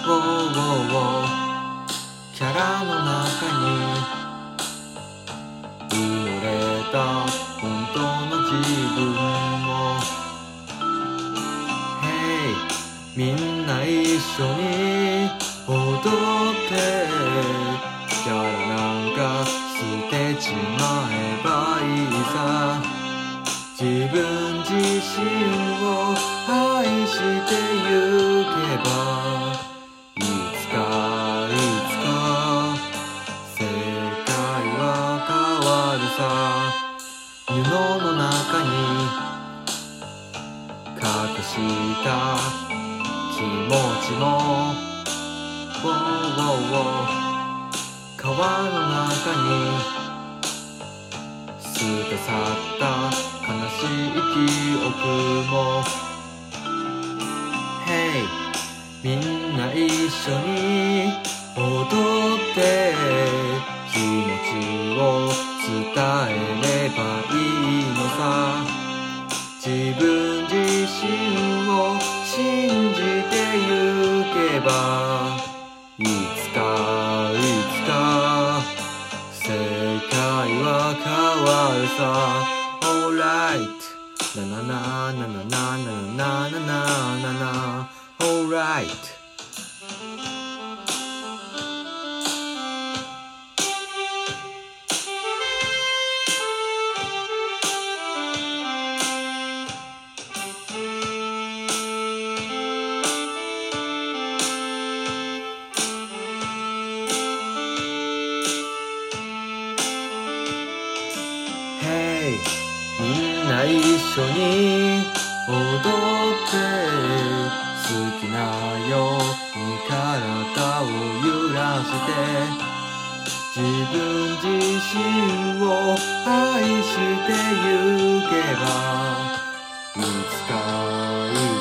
ウォーウォーウォーキャラの中に埋もれた本当の自分を Hey みんな一緒に踊ってキャラなんか捨てちまえばいいさ自分自身を愛してゆけばいつか世界は変わるさ布の中に隠した気持ちもウォーウォーウォー川の中に捨て去った悲しい記憶も Hey みんな一緒に踊って気持ちを伝えればいいのさ自分自身を信じてゆけばいつか世界は変わるさ Alright ななななななななななな Alright Hey みんな一緒に踊って好きなように体を揺らして自分自身を愛してゆけばいつか